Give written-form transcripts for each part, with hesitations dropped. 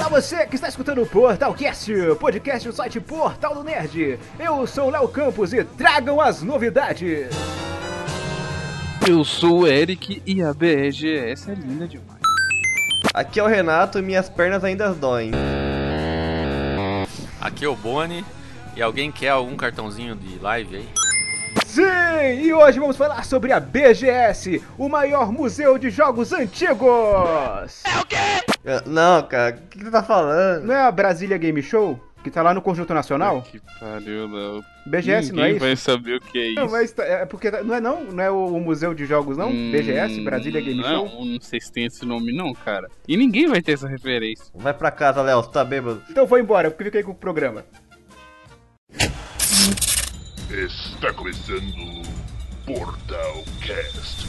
você que está escutando o Portalcast, podcast do site Portal do Nerd. Eu sou o Léo Campos e tragam as novidades. Eu sou o Eric e a BGS é linda demais. Aqui é o Renato e minhas pernas ainda doem. Aqui é o Boni e alguém quer algum cartãozinho de live aí? Sim, e hoje vamos falar sobre a BGS, o maior museu de jogos antigos. É o quê? Não, cara, o que você tá falando? Não é a Brasília Game Show, que tá lá no Conjunto Nacional? Que pariu, Léo. BGS não é Ninguém isso? vai saber o que é isso. Não, mas é porque não é o museu de jogos não? BGS, Brasília Game Show? Não sei se tem esse nome não, cara. E ninguém vai ter essa referência. Vai pra casa, Léo, você tá bêbado? Então vou embora, porque fiquei com o programa. Está começando o Portalcast.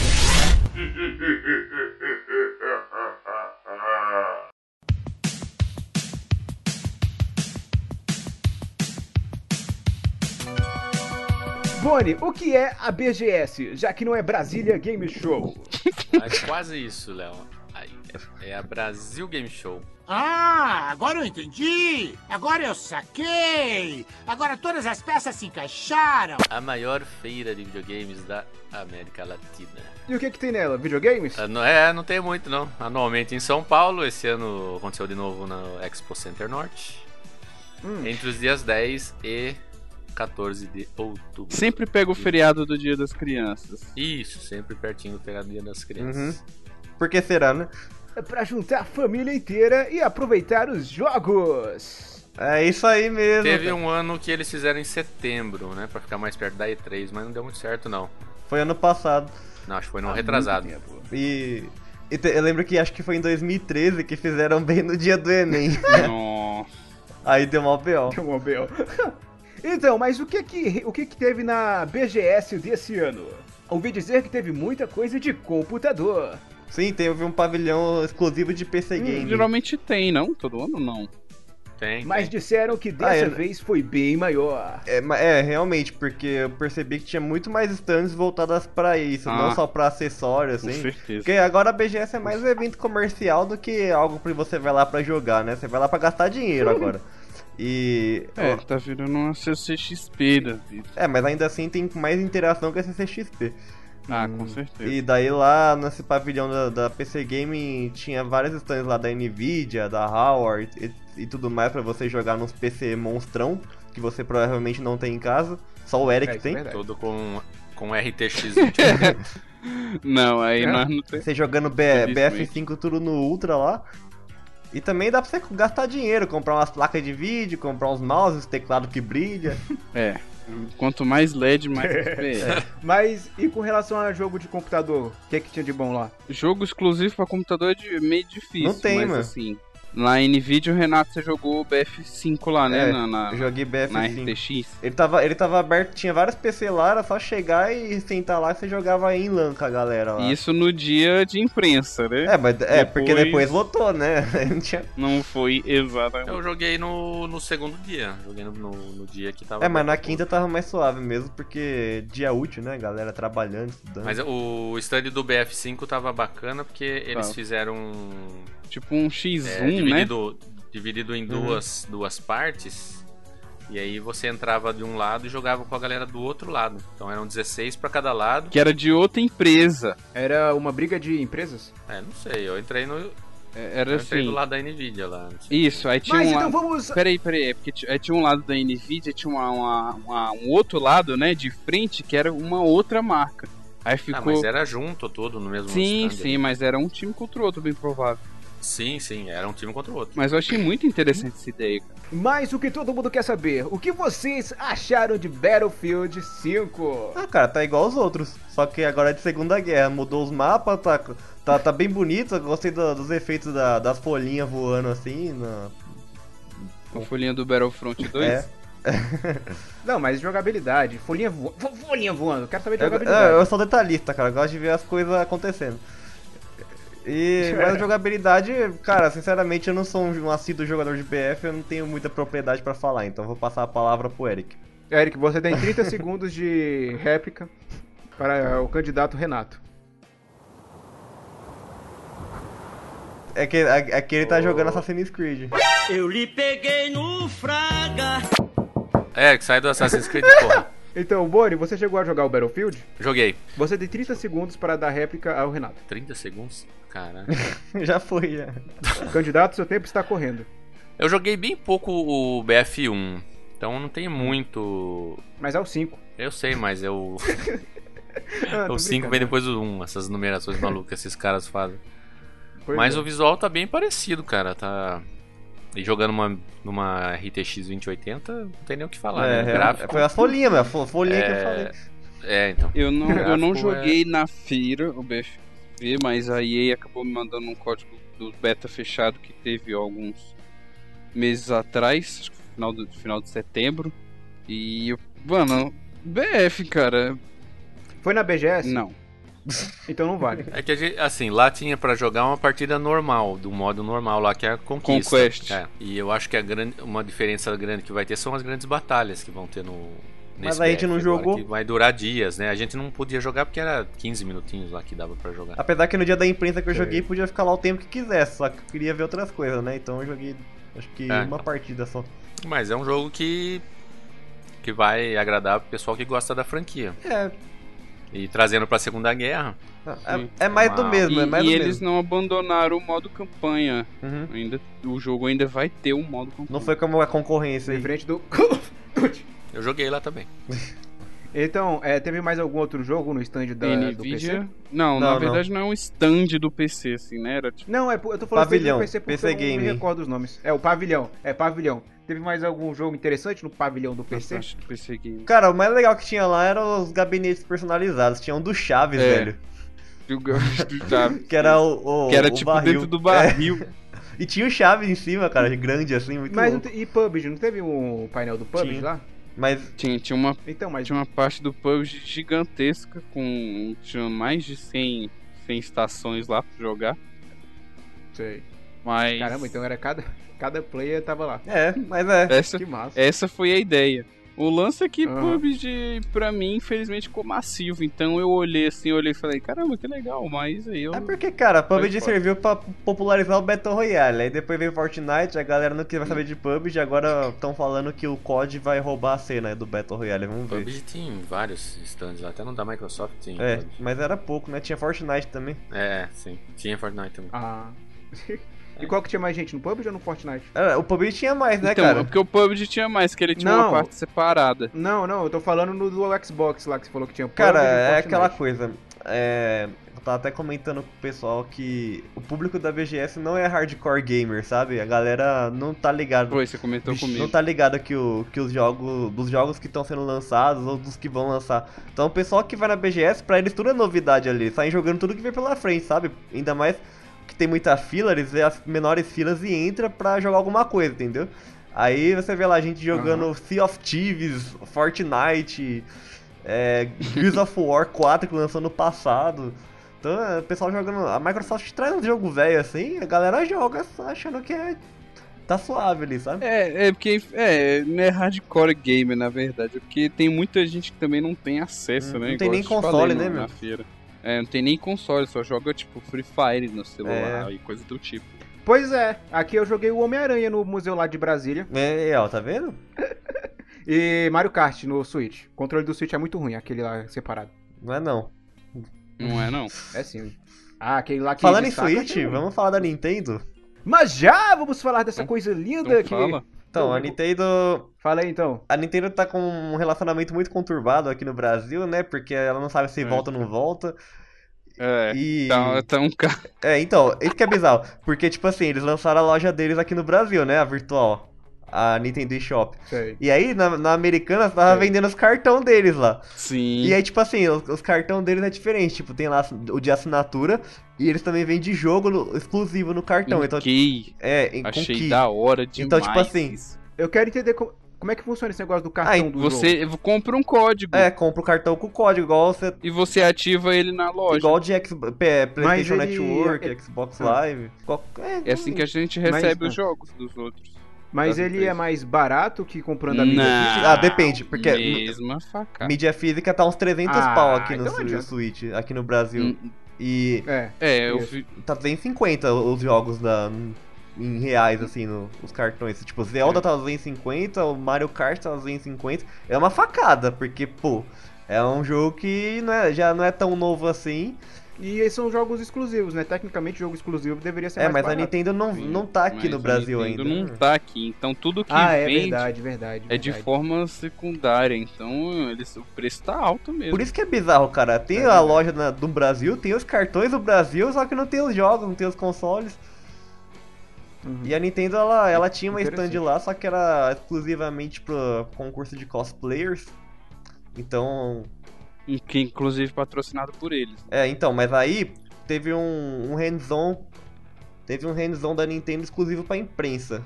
Boni, o que é a BGS, já que não é Brasília Game Show? É quase isso, Léo. É a Brasil Game Show. Ah, agora eu entendi! Agora eu saquei! Agora todas as peças se encaixaram! A maior feira de videogames da América Latina. E o que tem nela? Videogames? Não tem muito não. Anualmente em São Paulo, esse ano aconteceu de novo no Expo Center Norte. Entre os dias 10 e 14 de outubro. Sempre pega o feriado do Dia das Crianças. Isso, sempre pertinho do feriado do Dia das Crianças. Por que será, né? É pra juntar a família inteira e aproveitar os jogos. É isso aí mesmo. Teve cara. um ano que eles fizeram em setembro, né? Pra ficar mais perto da E3, mas não deu muito certo não. Foi ano passado. Não, acho que foi no retrasado. Eu lembro que acho que foi em 2013 que fizeram bem no dia do Enem. Nossa. Aí deu mal B.O. Tomou bem. Então, mas o que teve na BGS desse ano? Ouvi dizer que teve muita coisa de computador. Sim, teve um pavilhão exclusivo de PC Game. Geralmente tem, não? Todo ano não. Tem. Mas disseram que dessa é. vez foi bem maior. Realmente, porque eu percebi que tinha muito mais stands voltadas pra isso, não só pra acessórios, Com assim. certeza. Porque agora a BGS é mais um evento comercial do que algo que você vai lá pra jogar, né? Você vai lá pra gastar dinheiro agora. E... Tá virando uma CCXP da vida. mas ainda assim tem mais interação que a CCXP. Com certeza. E daí lá nesse pavilhão da PC Gaming tinha vários stands lá da Nvidia, da Howard e tudo mais pra você jogar nos PC monstrão, que você provavelmente não tem em casa, só o Eric isso tem. é verdade. Todo com RTX 20. Não, aí nós não tem. Você jogando BF5 tudo no Ultra lá. E também dá pra você gastar dinheiro, comprar umas placas de vídeo, comprar uns mouses, teclado que brilha. Quanto mais LED, mais FPS. Mas e com relação a jogo de computador? O que tinha de bom lá? Jogo exclusivo pra computador é meio difícil. Não tem, mas mano. assim, na Nvidia o Renato você jogou o BF5 lá, né? Eu joguei Na BF5. RTX. Ele tava aberto, tinha vários PC lá, era só chegar e sentar lá e você jogava em LAN com a galera lá. Isso no dia de imprensa, né? Porque depois lotou, né? Não tinha... Não foi exatamente. Eu joguei no segundo dia. Joguei no dia que tava. Mas na quinta tava mais suave mesmo, porque dia útil, né? Galera trabalhando, estudando. Mas o stand do BF5 tava bacana porque eles Tá. fizeram Tipo um X1, né? dividido em duas partes. E aí você entrava de um lado e jogava com a galera do outro lado. Então eram 16 pra cada lado. Que era de outra empresa. Era uma briga de empresas? Não sei, eu entrei Era eu entrei assim. do lado da Nvidia lá. Isso, aí tinha Mas um então lado. vamos... Peraí, é porque aí tinha um lado da Nvidia, tinha um outro lado, né, de frente, que era uma outra marca. Aí ficou. Mas era junto tudo no mesmo Sim, stand. sim, mas era um time contra o outro, bem provável. Sim, era um time contra o outro. Mas eu achei muito interessante essa ideia, cara. Mas o que todo mundo quer saber, o que vocês acharam de Battlefield 5? Cara, tá igual os outros. Só que agora é de Segunda Guerra. Mudou os mapas, tá bem bonito. Eu gostei dos efeitos das folhinhas voando assim. A folhinha do Battlefront 2. É. Não, mas jogabilidade, folhinha voando, quero saber de jogabilidade. Eu sou detalhista, cara. Eu gosto de ver as coisas acontecendo. Mas a jogabilidade, cara, sinceramente eu não sou um assíduo jogador de BF, eu não tenho muita propriedade pra falar, então eu vou passar a palavra pro Eric. Eric, você tem 30 segundos de réplica para o candidato Renato. É que ele tá jogando Assassin's Creed. Eu lhe peguei no fraga. É, que sai do Assassin's Creed, porra. Então, Boni, você chegou a jogar o Battlefield? Joguei. Você tem 30 segundos para dar réplica ao Renato. 30 segundos? Caralho. Já foi, já. Candidato, seu tempo está correndo. Eu joguei bem pouco o BF1, então não tem muito... Mas é o 5. Eu sei, mas eu... Tô o 5 brincando. vem depois do 1, essas numerações malucas que esses caras fazem. Pois Mas é. o visual tá bem parecido, cara. Tá... E jogando numa RTX 2080, não tem nem o que falar, né? Gráfico... Foi a folhinha, meu. Folhinha que eu falei. Então. Eu não Gráfico joguei na feira o BFV, mas a EA acabou me mandando um código do beta fechado que teve alguns meses atrás, acho que final de setembro. E, mano, BF, cara, Foi na BGS? não. Então não vale. É que a gente, assim, lá tinha pra jogar uma partida normal, do modo normal lá, que é a conquista. Conquest. É. E eu acho que uma diferença grande que vai ter são as grandes batalhas que vão ter Mas nesse a gente BF não agora, jogou. que vai durar dias, né? A gente não podia jogar porque era 15 minutinhos lá que dava pra jogar. Apesar que no dia da imprensa que eu Sei. joguei, podia ficar lá o tempo que quisesse, só que eu queria ver outras coisas, né? Então eu joguei, acho que uma Então. partida só. Mas é um jogo que vai agradar o pessoal que gosta da franquia. E trazendo pra Segunda Guerra. É mais do mesmo, é mais E do eles mesmo. não abandonaram o modo campanha. Uhum. O jogo ainda vai ter um modo campanha. Não foi como a concorrência aí. Diferente do... Eu joguei lá também. Então, teve mais algum outro jogo no stand do PC? Nvidia. Não, Não, na verdade não é um stand do PC, assim, né? Era tipo. Não, eu tô falando Pavilhão, do PC porque PC eu não me Gaming. recordo os nomes. É, o Pavilhão. É, Pavilhão. Teve mais algum jogo interessante no Pavilhão do PC? Parte do PC Game. Cara, o mais legal que tinha lá eram os gabinetes personalizados. Tinha um do Chaves, velho. Eu gosto do Chaves. Que era o Que era o tipo barril. dentro do barril. E tinha o Chaves em cima, cara, grande assim, muito Mas louco. e PUBG? Não teve um painel do PUBG Tinha. lá? Mas Tinha uma Então, mas... Tinha uma parte do PUBG gigantesca com tinha mais de 100 estações lá pra jogar, Sei. mas Caramba, então era cada player tava lá. mas é. essa, Que massa. essa foi a ideia. O lance é que Aham. PUBG pra mim infelizmente ficou massivo, então eu olhei e falei, caramba, que legal, mas aí eu É porque, cara, PUBG Foi serviu pra popularizar o Battle Royale. Aí depois veio Fortnite, a galera não queria saber de PUBG, agora estão falando que o COD vai roubar a cena do Battle Royale, vamos ver. PUBG tem vários stands lá, até no da Microsoft tem. PUBG. Mas era pouco, né? Tinha Fortnite também. Sim. Tinha Fortnite também. Ah. E qual que tinha mais gente, no PUBG ou no Fortnite? O PUBG tinha mais, né, então, cara? é porque o PUBG tinha mais, que ele tinha Não. uma parte separada. Não, eu tô falando no do Xbox lá que você falou que tinha PUBG Cara, e é Fortnite. aquela coisa. Eu tava até comentando com o pessoal que o público da BGS não é hardcore gamer, sabe? A galera não tá ligado. Foi, você comentou comigo. Não tá ligado que os jogos, dos jogos que estão sendo lançados ou dos que vão lançar. Então o pessoal que vai na BGS, pra eles tudo é novidade ali. Eles saem jogando tudo que vem pela frente, sabe? Ainda mais que tem muita fila, eles vê as menores filas e entra pra jogar alguma coisa, entendeu? Aí você vê lá a gente jogando Sea of Thieves, Fortnite, Gears of War 4 que lançou no passado. Então o pessoal jogando. A Microsoft traz um jogo velho assim, a galera joga achando que tá suave ali, sabe? Porque não é hardcore gamer, na verdade. É porque tem muita gente que também não tem acesso, né? Não tem igual nem eu te falei console, né, na meu? feira. Não tem nem console, só joga tipo Free Fire no celular e coisa do tipo. Pois é, aqui eu joguei o Homem-Aranha no museu lá de Brasília. Ó, tá vendo? E Mario Kart no Switch. O controle do Switch é muito ruim, aquele lá separado. Não é não. Não é não? É sim. Ah, aquele lá que... Falando em destaca, Switch, aquele- vamos falar da Nintendo? Mas já vamos falar dessa coisa linda Então que... fala. Então, a Nintendo. Fala aí então. A Nintendo tá com um relacionamento muito conturbado aqui no Brasil, né? Porque ela não sabe se volta ou não volta. E. Tá um cara. Então, isso que é bizarro. Porque, tipo assim, eles lançaram a loja deles aqui no Brasil, né? A virtual. A Nintendo eShop. Sei. E aí, na Americana, tava vendendo os cartão deles lá. Sim. E aí, tipo assim, os cartão deles é diferente. Tipo, tem lá o de assinatura. E eles também vendem jogo exclusivo no cartão. Então, Key. com Achei key. da hora demais. Então, tipo assim, isso. Eu quero entender como é que funciona esse negócio do cartão do jogo. Você compra um código compra o cartão com código, igual você. e você ativa ele na loja. Igual de PlayStation Mas ele- Network, Xbox Live. É assim que a gente recebe os jogos dos outros. Mas das ele é empresas. mais barato que comprando a mídia física? Ah, depende, porque Mesma facada. mídia física tá uns 300 Ah, pau aqui então não no adianta. Switch, aqui no Brasil. E Eu vi. tá 250 os jogos em reais, assim, os cartões. Tipo, Zelda tá 250, o Mario Kart tá 250. É uma facada, porque, pô, é um jogo que já não é tão novo assim. E esses são jogos exclusivos, né? Tecnicamente, jogo exclusivo deveria ser mais Mas barato. a Nintendo não tá aqui no Brasil ainda. Não tá aqui, então tudo que vende verdade. é de forma secundária, então o preço tá alto mesmo. Por isso que é bizarro, cara. Tem a loja do Brasil, tem os cartões do Brasil, só que não tem os jogos, não tem os consoles. E a Nintendo, ela tinha uma stand lá, só que era exclusivamente pro concurso de cosplayers. Então... Que inclusive patrocinado por eles. Então, mas aí teve um hands-on. Teve um hands-on da Nintendo exclusivo pra imprensa.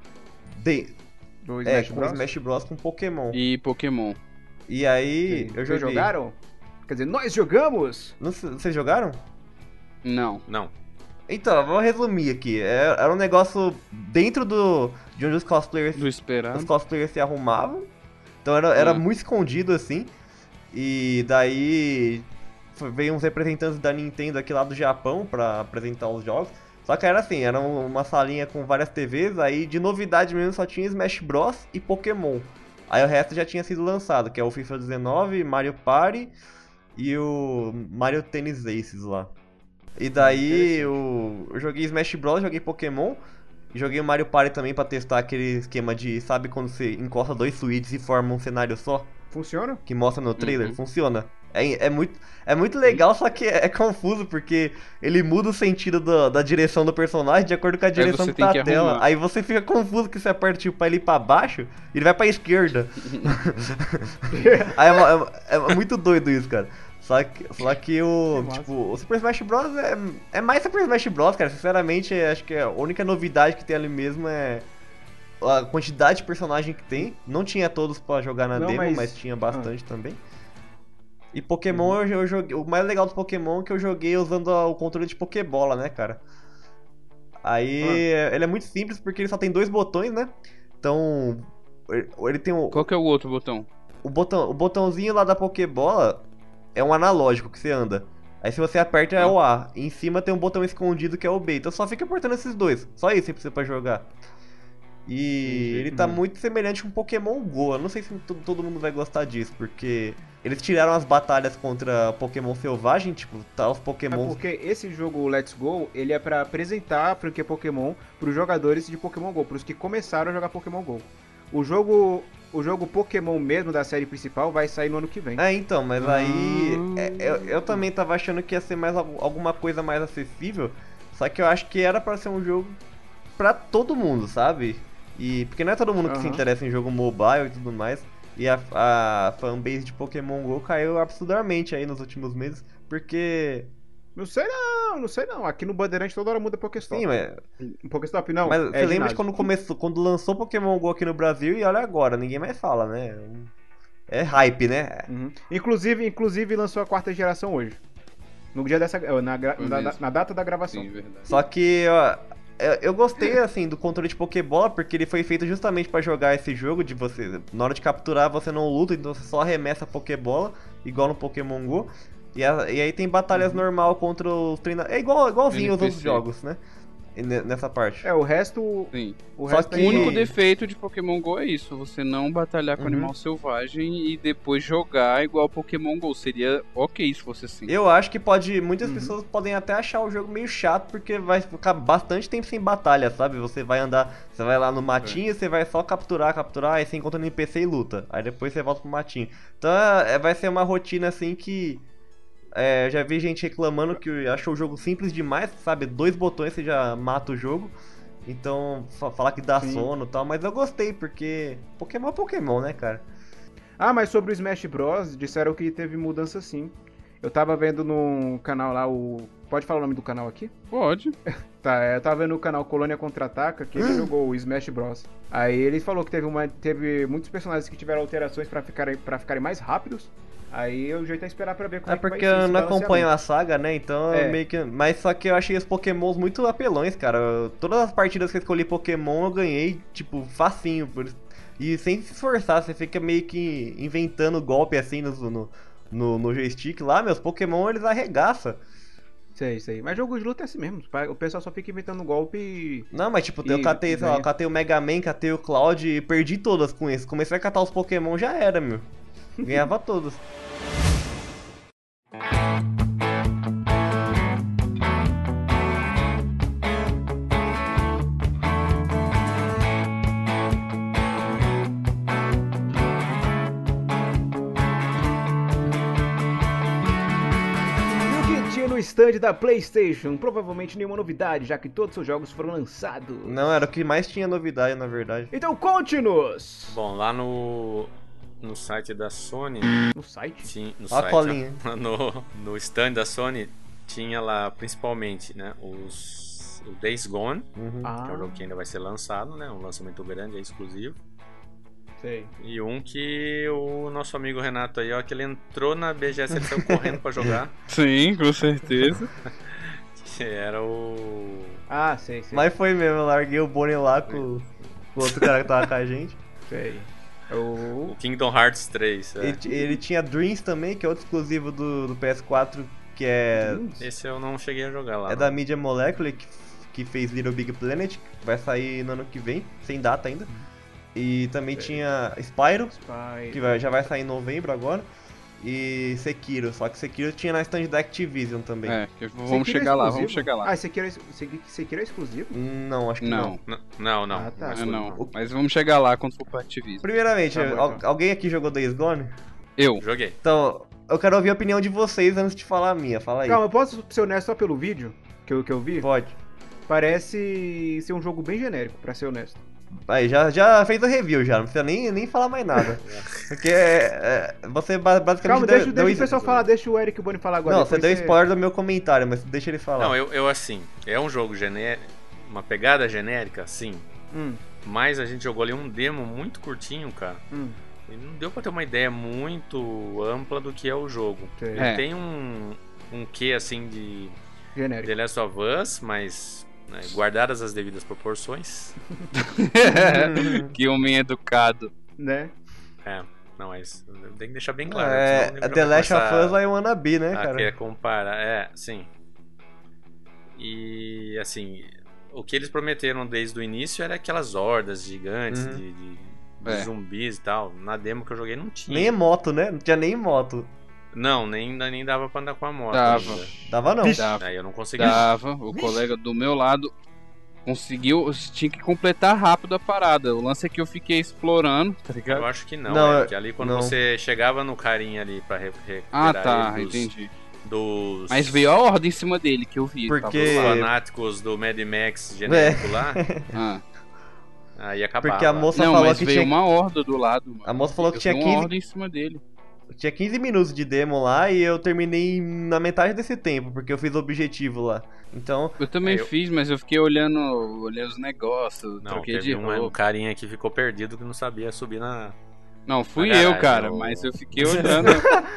Do Smash Bros com Pokémon. E Pokémon. E aí, eu joguei. Vocês jogaram? Quer dizer, nós jogamos? Vocês jogaram? Não. Então, vou resumir aqui. Era um negócio dentro de onde os cosplayers se arrumavam. Então era muito escondido assim. E daí veio uns representantes da Nintendo aqui lá do Japão pra apresentar os jogos. Só que era assim, era uma salinha com várias TVs, aí de novidade mesmo só tinha Smash Bros e Pokémon. Aí o resto já tinha sido lançado, que é o FIFA 19, Mario Party e o Mario Tennis Aces lá. E daí eu joguei Smash Bros, joguei Pokémon, e joguei o Mario Party também pra testar aquele esquema de, sabe quando você encosta dois switches e forma um cenário só? Funciona? Que mostra no trailer, funciona. É muito legal, só que é confuso, porque ele muda o sentido da direção do personagem de acordo com a direção que tá na tela. Aí você fica confuso que você aperta tipo, pra ele ir pra baixo, ele vai pra esquerda. Aí é muito doido isso, cara. Só que o Super Smash Bros. É mais Super Smash Bros, cara. Sinceramente, acho que a única novidade que tem ali mesmo é a quantidade de personagem que tem. Não tinha todos pra jogar na demo, mas tinha bastante também. E Pokémon eu joguei. O mais legal do Pokémon é que eu joguei usando o controle de Pokébola, né, cara? Aí ele é muito simples porque ele só tem 2 botões, né? Então. Ele tem o. Qual que é o outro botão? O botãozinho lá da Pokébola é um analógico que você anda. Aí se você aperta é o A. E em cima tem um botão escondido que é o B. Então só fica apertando esses dois. Só isso que precisa pra jogar. E ele tá muito semelhante com Pokémon GO. Eu não sei se todo mundo vai gostar disso, porque eles tiraram as batalhas contra Pokémon selvagem, tipo, tá os Pokémon... porque esse jogo Let's Go, ele é pra apresentar a franquia Pokémon pros jogadores de Pokémon GO, pros que começaram a jogar Pokémon GO. O jogo Pokémon mesmo da série principal vai sair no ano que vem. Então, mas aí eu também tava achando que ia ser mais alguma coisa mais acessível, só que eu acho que era pra ser um jogo pra todo mundo, sabe? Porque não é todo mundo que se interessa em jogo mobile e tudo mais. E a fanbase de Pokémon GO caiu absurdamente aí nos últimos meses, porque... Não sei não. Aqui no Bandeirante toda hora muda Pokéstop. Sim, mas... Pokéstop não, mas você lembra de quando lançou Pokémon GO aqui no Brasil e olha agora, ninguém mais fala, né? É hype, né? Inclusive lançou a 4ª geração hoje. No dia dessa... Na data da gravação. Sim, verdade. Só que... eu gostei, assim, do controle de Pokébola, porque ele foi feito justamente pra jogar esse jogo de você... Na hora de capturar, você não luta, então você só arremessa a Pokébola, igual no Pokémon GO. E aí tem batalhas normal contra os treinadores... É igualzinho os outros jogos, né? Nessa parte. O resto... Sim. O único defeito de Pokémon GO é isso. Você não batalhar com animal selvagem e depois jogar igual Pokémon GO. Seria ok se fosse assim. Eu acho que muitas pessoas podem até achar o jogo meio chato, porque vai ficar bastante tempo sem batalha, sabe? Você vai lá no matinho, você vai só capturar, aí você encontra no NPC e luta. Aí depois você volta pro matinho. Então vai ser uma rotina assim que... já vi gente reclamando que achou o jogo simples demais, sabe? 2 botões você já mata o jogo. Então, falar que dá sono e tal. Mas eu gostei, porque Pokémon é Pokémon, né, cara? Mas sobre o Smash Bros, disseram que teve mudança sim. Eu tava vendo no canal lá, Pode falar o nome do canal aqui? Pode. Tá, eu tava vendo o canal Colônia Contra-Ataca, que ele jogou o Smash Bros. Aí ele falou que teve muitos personagens que tiveram alterações pra ficarem mais rápidos. Aí o jeito é esperar pra ver como é que vai ser. Porque eu não acompanho a saga, né? Então meio que... Mas só que eu achei os Pokémons muito apelões, cara. Todas as partidas que eu escolhi Pokémon eu ganhei, tipo, facinho. E sem se esforçar, você fica meio que inventando golpe assim no joystick lá, meus Pokémon eles arregaçam. Sei. Mas jogo de luta é assim mesmo. O pessoal só fica inventando golpe e... Não, mas tipo, eu catei, sei lá, eu catei o Mega Man, catei o Cloud e perdi todas com isso. Comecei a catar os Pokémon, já era, meu. Ganhava todos. No stand da PlayStation, provavelmente nenhuma novidade, já que todos os jogos foram lançados. Não, era o que mais tinha novidade, na verdade. Então conte-nos! Bom, lá no site da Sony... No site? Sim, no Ó a site, colinha. no stand da Sony, tinha lá, principalmente, né, o Days Gone, que é um jogo que ainda vai ser lançado, né, um lançamento grande, é exclusivo. Sei. E um que o nosso amigo Renato aí, ó, que ele entrou na BGS, ele saiu correndo pra jogar. Sim, com certeza. Que era o... Ah, sei. Mas foi mesmo, eu larguei o Bonnie lá com o outro cara que tava com a gente. Sei. O Kingdom Hearts 3. Ele tinha Dreams também, que é outro exclusivo do PS4, que é... Esse eu não cheguei a jogar lá. É da Media Molecule, que fez Little Big Planet, que vai sair no ano que vem, sem data ainda. E também tinha Spyro, que já vai sair em novembro agora. E Sekiro, só que Sekiro tinha na stand da Activision também. Vamos chegar lá. Ah, Sekiro é exclusivo? Não, acho que não. Não. Ah, tá. Não. Mas vamos chegar lá quando for pra Activision. Primeiramente, Tá bom, então. alguém aqui jogou Days Gone? Eu. Joguei. Então, eu quero ouvir a opinião de vocês antes de falar a minha, fala aí. Calma, eu posso ser honesto só pelo vídeo que eu vi? Pode. Parece ser um jogo bem genérico, pra ser honesto. Aí, já fez o review já, não precisa nem falar mais nada. Porque você basicamente Calma, deixa deu o pessoal falar, deixa o Eric e o Boni falar agora. Não, você deu spoiler do meu comentário, mas deixa ele falar. Não, eu assim, é um jogo genérico, uma pegada genérica, sim. Mas a gente jogou ali um demo muito curtinho, cara. E não deu pra ter uma ideia muito ampla do que é o jogo. Ele tem um quê, assim, de genérico. The Last of Us, mas... né, guardadas as devidas proporções. Que homem educado. Né? Não, mas tem que deixar bem claro. The Last of Us I Wanna Be, né, cara? Quer comparar, sim. E, assim, o que eles prometeram desde o início era aquelas hordas gigantes de zumbis e tal. Na demo que eu joguei não tinha. Nem moto, né? Não tinha nem moto. Não, nem dava pra andar com a moto. Dava não. Aí eu não consegui. Dava. O colega do meu lado conseguiu, tinha que completar rápido a parada. O lance é que eu fiquei explorando, tá ligado? Eu acho que não, porque ali quando não. você chegava no carinha ali pra recuperar entendi. Mas veio a ordem em cima dele que eu vi. Porque os fanáticos do Mad Max genérico lá. Aí acabava. Porque a moça falou que veio tinha uma horda do lado, mano. A moça falou que tinha uma ordem em cima dele. Tinha 15 minutos de demo lá e eu terminei na metade desse tempo, porque eu fiz o objetivo lá. Então... Eu também fiz, mas eu fiquei olhando os negócios, troquei de roupa. Um carinha que ficou perdido que não sabia subir na... Não, fui eu, cara, mas eu fiquei olhando.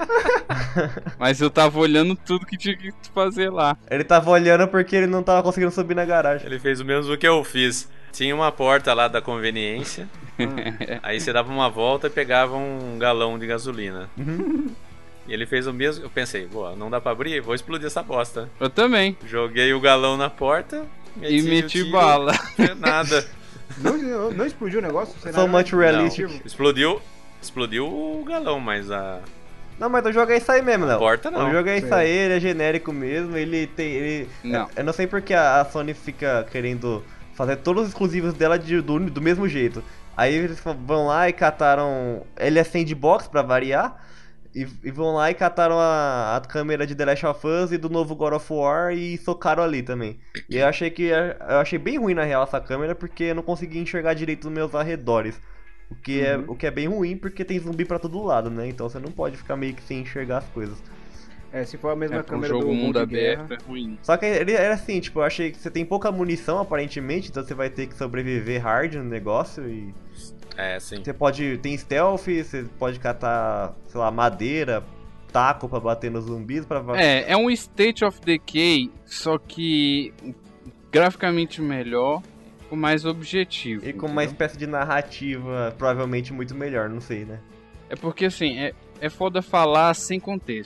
Mas eu tava olhando tudo que tinha que fazer lá. Ele tava olhando porque ele não tava conseguindo subir na garagem. Ele fez o mesmo que eu fiz. Tinha uma porta lá da conveniência. Aí você dava uma volta e pegava um galão de gasolina. E ele fez o mesmo. Eu pensei, não dá pra abrir? Vou explodir essa bosta. Eu também. Joguei o galão na porta e meti bala. Nada. Não explodiu o negócio? So much realistic. Explodiu o galão, mas a... Não, mas o jogo é isso aí mesmo, Léo. Porta não. O jogo é isso aí, ele é genérico mesmo, ele... Não. Eu não sei porque a Sony fica querendo fazer todos os exclusivos dela do mesmo jeito. Aí eles vão lá e cataram... Ele é sandbox pra variar. E vão lá e cataram a câmera de The Last of Us e do novo God of War e socaram ali também. E eu achei bem ruim na real essa câmera, porque eu não consegui enxergar direito nos meus arredores. O que é bem ruim, porque tem zumbi pra todo lado, né? Então você não pode ficar meio que sem enxergar as coisas. Se for a mesma câmera do jogo mundo aberto, guerra. é ruim. Só que ele era assim, tipo, eu achei que você tem pouca munição aparentemente, então você vai ter que sobreviver hard no negócio e... sim. Você pode... Tem stealth, você pode catar, sei lá, madeira, taco pra bater nos zumbis pra... É um State of Decay, só que graficamente melhor, com mais objetivo. E com uma espécie de narrativa provavelmente muito melhor, não sei, né? É porque assim, é foda falar sem contexto.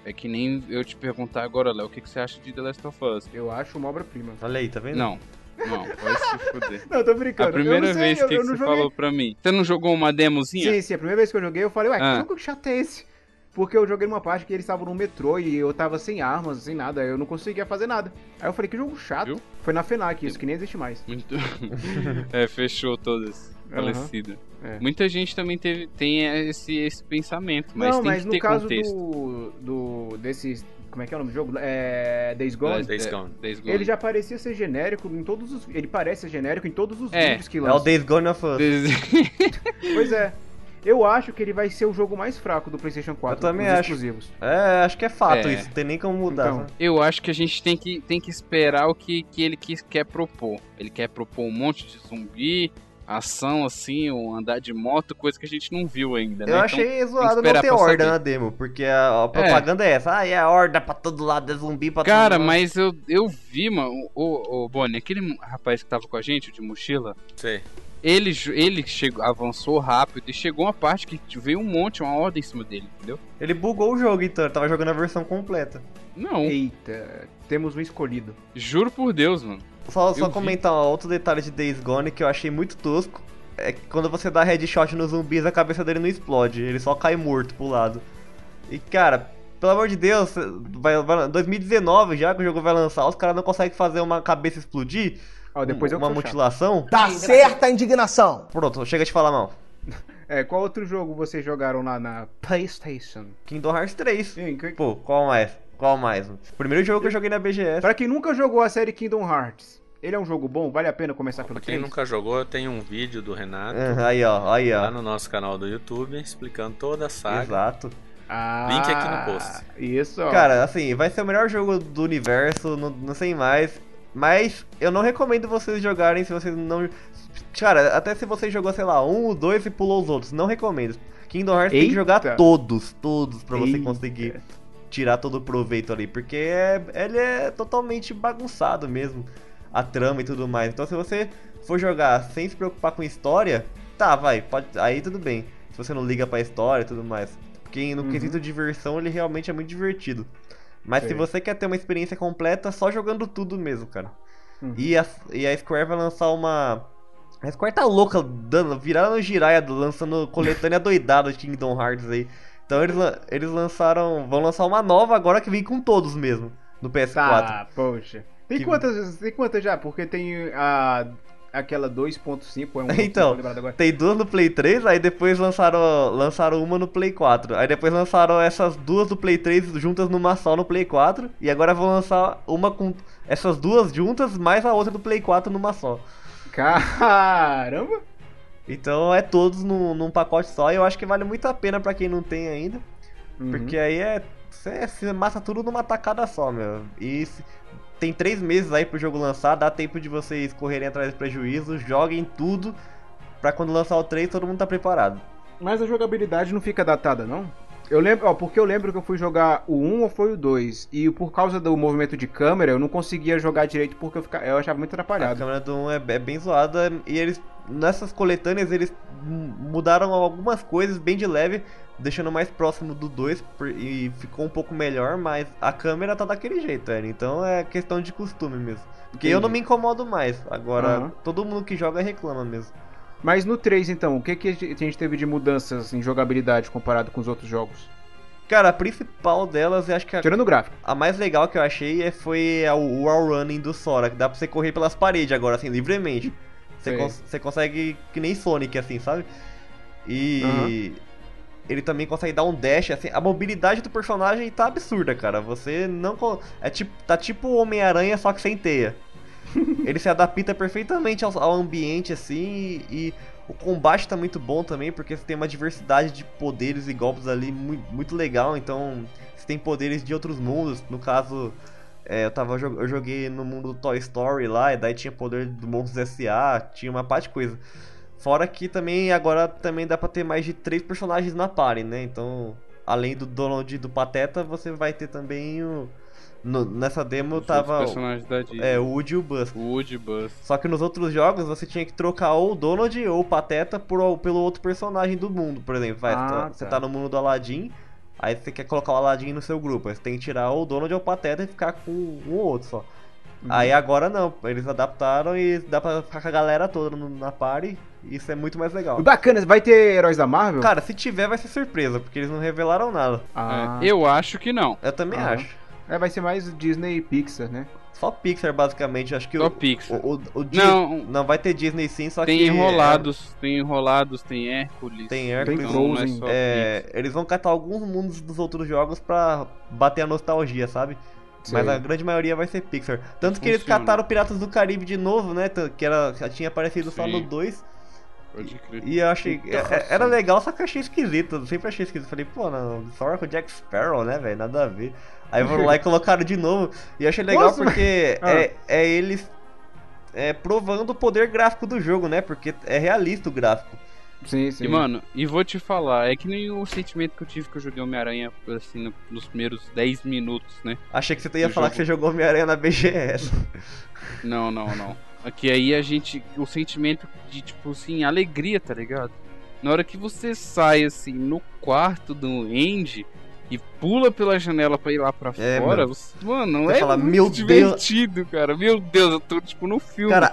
É que nem eu te perguntar agora, Léo, o que você acha de The Last of Us? Eu acho uma obra-prima. Olha aí, tá vendo? Não, vai se fuder. Não, tô brincando. A primeira vez que você joguei... falou pra mim, você não jogou uma demozinha? Sim, a primeira vez que eu joguei, eu falei, ué, que jogo chato é esse? Porque eu joguei numa parte que eles estavam no metrô e eu tava sem armas, sem nada, eu não conseguia fazer nada. Aí eu falei, que jogo chato. Viu? Foi na FENAC isso, que nem existe mais. Muito... fechou todas. Falecida. Muita gente também tem esse pensamento, mas não, tem mas que no ter caso contexto. desses... Como é que é o nome do jogo? Days Gone. Days Gone. Ele já parecia ser genérico em todos os... Ele parece ser genérico em todos os vídeos que lança. É o Days Gone of Us. Pois é. Eu acho que ele vai ser o jogo mais fraco do PlayStation 4. Eu também acho. Exclusivos. Acho que é fato isso. Não tem nem como mudar. Então, né? Eu acho que a gente tem que esperar o que ele quer propor. Ele quer propor um monte de zumbi, ação assim, ou andar de moto, coisa que a gente não viu ainda, né? Eu achei zoado não ter horda na demo, porque a propaganda é essa. É a horda pra todo lado, é zumbi pra todo lado. Cara, mas eu vi, mano, o Bonnie, aquele rapaz que tava com a gente, o de mochila. Sei. Ele avançou rápido e chegou uma parte que veio uma ordem em cima dele, entendeu? Ele bugou o jogo, então. Ele tava jogando a versão completa. Não. Eita, temos um escolhido. Juro por Deus, mano. Só comentar outro detalhe de Days Gone que eu achei muito tosco. É que quando você dá headshot nos zumbis, a cabeça dele não explode. Ele só cai morto pro lado. E, cara, pelo amor de Deus, 2019 já que o jogo vai lançar, os caras não conseguem fazer uma cabeça explodir? Depois uma mutilação? Tá certa a indignação. Pronto, chega de falar mal. Qual outro jogo vocês jogaram lá na PlayStation? Kingdom Hearts 3. Sim, Pô, qual mais? O primeiro jogo que eu joguei na BGS. Pra quem nunca jogou a série Kingdom Hearts, ele é um jogo bom? Vale a pena começar pelo 3? Pra quem nunca jogou, eu tenho um vídeo do Renato aí, ó. lá no nosso canal do YouTube, explicando toda a saga. Exato. Link aqui no post. Isso, ó. Cara, assim, vai ser o melhor jogo do universo, não sei mais. Mas eu não recomendo vocês jogarem se vocês não... Cara, até se você jogou, sei lá, 1 ou 2 e pulou os outros, não recomendo. Kingdom Hearts tem que jogar todos pra você conseguir tirar todo o proveito ali. Porque ele é totalmente bagunçado mesmo, a trama e tudo mais. Então se você for jogar sem se preocupar com história, aí tudo bem. Se você não liga pra história e tudo mais. Porque no quesito diversão ele realmente é muito divertido. Mas se você quer ter uma experiência completa, só jogando tudo mesmo, cara. E a Square vai lançar uma... A Square tá louca, virada no Jiraiya, lançando coletânea doidada de Kingdom Hearts aí. Então eles vão lançar uma nova agora que vem com todos mesmo, no PS4. Tá, poxa. Tem quantas já? Porque tem aquela 2.5, então, tem duas no Play 3, aí depois lançaram uma no Play 4. Aí depois lançaram essas duas do Play 3 juntas numa só no Play 4. E agora vão lançar uma com essas duas juntas, mais a outra do Play 4 numa só. Caramba! Então é todos num pacote só. E eu acho que vale muito a pena pra quem não tem ainda. Porque aí você massa tudo numa tacada só, meu. E tem 3 meses aí pro jogo lançar, dá tempo de vocês correrem atrás do prejuízo, joguem tudo, pra quando lançar o 3 todo mundo tá preparado. Mas a jogabilidade não fica datada, não? Eu lembro, porque eu lembro que eu fui jogar o 1 ou foi o 2, e por causa do movimento de câmera, eu não conseguia jogar direito porque eu achava muito atrapalhado. A câmera do 1 é bem zoada, e eles, nessas coletâneas, eles mudaram algumas coisas bem de leve, deixando mais próximo do 2 e ficou um pouco melhor, mas a câmera tá daquele jeito, então é questão de costume mesmo. Porque eu não me incomodo mais, agora todo mundo que joga reclama mesmo. Mas no 3 então, o que a gente teve de mudanças em jogabilidade comparado com os outros jogos? Cara, a principal delas, eu acho que tirando o gráfico, a mais legal que eu achei foi o wall running do Sora, que dá pra você correr pelas paredes agora, assim, livremente. Você consegue, que nem Sonic, assim, sabe? E ele também consegue dar um dash, assim, a mobilidade do personagem tá absurda, cara. Você não... tá tipo o Homem-Aranha, só que sem teia. Ele se adapta perfeitamente ao ambiente, assim, e o combate tá muito bom também, porque você tem uma diversidade de poderes e golpes ali muito legal, então você tem poderes de outros mundos, no caso, eu joguei no mundo do Toy Story lá, e daí tinha poder do Monstros S.A., tinha uma parte de coisa. Fora que também, agora também dá pra ter mais de 3 personagens na party, né, então, além do Donald e do Pateta, você vai ter também nessa demo tava o Woody e o Buzz. Só que nos outros jogos você tinha que trocar ou o Donald ou o Pateta pelo outro personagem do mundo, por exemplo. Você tá no mundo do Aladdin, Aí você quer colocar o Aladdin no seu grupo, aí você tem que tirar ou o Donald ou o Pateta e ficar com um ou outro só. Aí agora não, eles adaptaram e dá pra ficar com a galera toda na party, e isso é muito mais legal. Bacana, vai ter heróis da Marvel? Cara, se tiver vai ser surpresa, porque eles não revelaram nada. Eu acho que não. Eu também acho. Vai ser mais Disney e Pixar, né? Só Pixar, basicamente, acho que Só Pixar. Não, vai ter Disney sim, só tem que... tem Enrolados, tem Hércules. Tem Hércules, tem Frozen. Eles vão catar alguns mundos dos outros jogos pra bater a nostalgia, sabe? Mas a grande maioria vai ser Pixar. Tanto que eles cataram Piratas do Caribe de novo, né? Que já tinha aparecido só no 2. Pode crer. E eu achei... Era legal, só que eu achei esquisito. Eu sempre achei esquisito. Falei, pô, não, só com o Jack Sparrow, né, velho? Nada a ver. Aí foram lá e colocaram de novo. E eu achei legal porque eles provando o poder gráfico do jogo, né? Porque é realista o gráfico. Sim. E, mano, vou te falar, é que nem o sentimento que eu tive que eu joguei Homem-Aranha, assim, nos primeiros 10 minutos, né? Achei que você ia falar que você jogou Homem-Aranha na BGS. Não. Aqui aí o sentimento de, tipo assim, alegria, tá ligado? Na hora que você sai, assim, no quarto do Andy e pula pela janela pra ir lá pra fora, mano, você fala, muito meu divertido, Deus. Cara. Meu Deus, eu tô, tipo, no filme. Cara,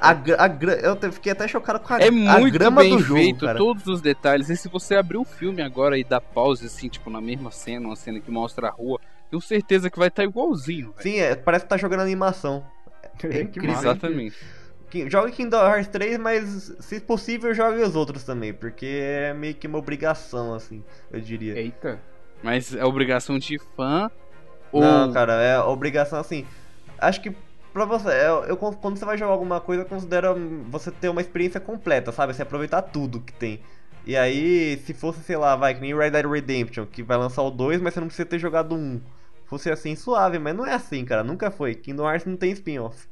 eu fiquei até chocado com a muito grama bem do jogo, feito, cara. Todos os detalhes. E se você abrir o filme agora e dar pause, assim, tipo, na mesma cena, uma cena que mostra a rua, tenho certeza que vai estar igualzinho. Sim, parece que tá jogando animação. É incrível. Exatamente. Jogue Kingdom Hearts 3, mas se possível jogue os outros também, porque é meio que uma obrigação, assim, eu diria. Eita. Mas é obrigação de fã ou... Não, cara, é obrigação, assim, acho que pra você, quando você vai jogar alguma coisa, considera você ter uma experiência completa, sabe? Você aproveitar tudo que tem. E aí, se fosse, sei lá, que nem Red Dead Redemption, que vai lançar o 2, mas você não precisa ter jogado o 1. Fosse assim, suave, mas não é assim, cara, nunca foi. Kingdom Hearts não tem spin-off.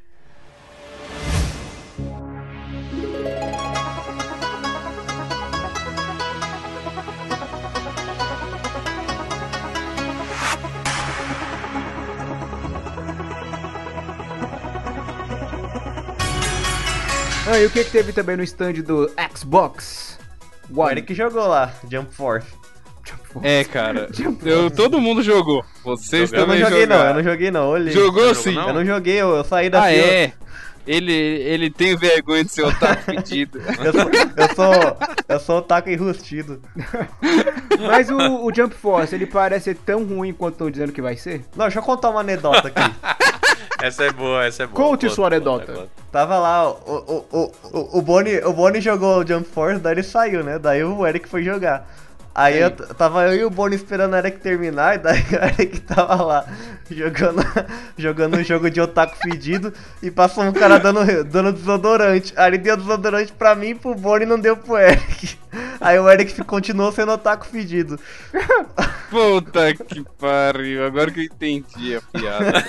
E o que teve também no stand do Xbox One? O Eric jogou lá, Jump Force. Cara, todo mundo jogou. Vocês também jogaram. Eu não joguei não, olhei. Jogou sim. Eu não joguei, eu saí da fila. Ele tem vergonha de ser otaku pedido. Eu sou otaku enrustido. Mas o Jump Force, ele parece ser tão ruim quanto estão dizendo que vai ser? Não, deixa eu contar uma anedota aqui. Essa é boa. Conte sua anedota. Tava lá, o Boni jogou o Jump Force, daí ele saiu, né? Daí o Eric foi jogar. Aí tava eu e o Boni esperando o Eric terminar, e daí o Eric tava lá jogando um jogo de otaku fedido, e passou um cara dando desodorante. Aí ele deu desodorante pra mim e pro Boni, não deu pro Eric. Aí o Eric continuou sendo otaku fedido. Puta que pariu, agora que eu entendi a piada.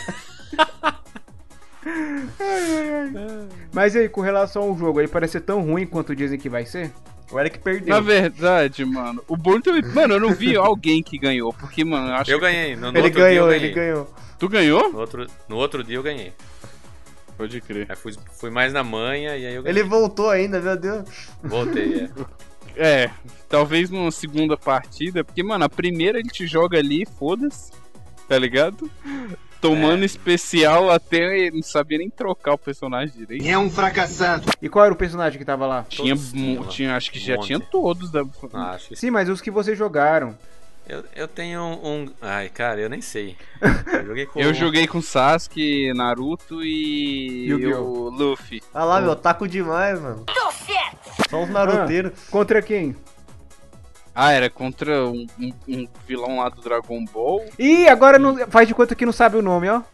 Mas aí, com relação ao jogo, ele parece ser tão ruim quanto dizem que vai ser? O Eric perdeu. Na verdade, mano, o Boni também... Mano, eu não vi alguém que ganhou, porque, mano, eu acho eu que... ganhei. Ele ganhou. Tu ganhou? No outro dia eu ganhei. Pode crer. Aí fui mais na manha e aí eu ganhei. Ele voltou ainda, meu Deus. Voltei, talvez numa segunda partida, porque, mano, a primeira ele te joga ali, foda-se, tá ligado? Tomando especial até não sabia nem trocar o personagem direito. É um fracassado. E qual era o personagem que tava lá? Tinha acho que já tinha todos. Acho que sim, mas os que vocês jogaram. Eu tenho um... Ai, cara, eu nem sei. Eu joguei com Sasuke, Naruto e o Luffy. Ah lá, meu, taco demais, mano. Só os naruteiros. Contra quem? Era contra um vilão lá do Dragon Ball. Ih, agora não, faz de conta que não sabe o nome, ó.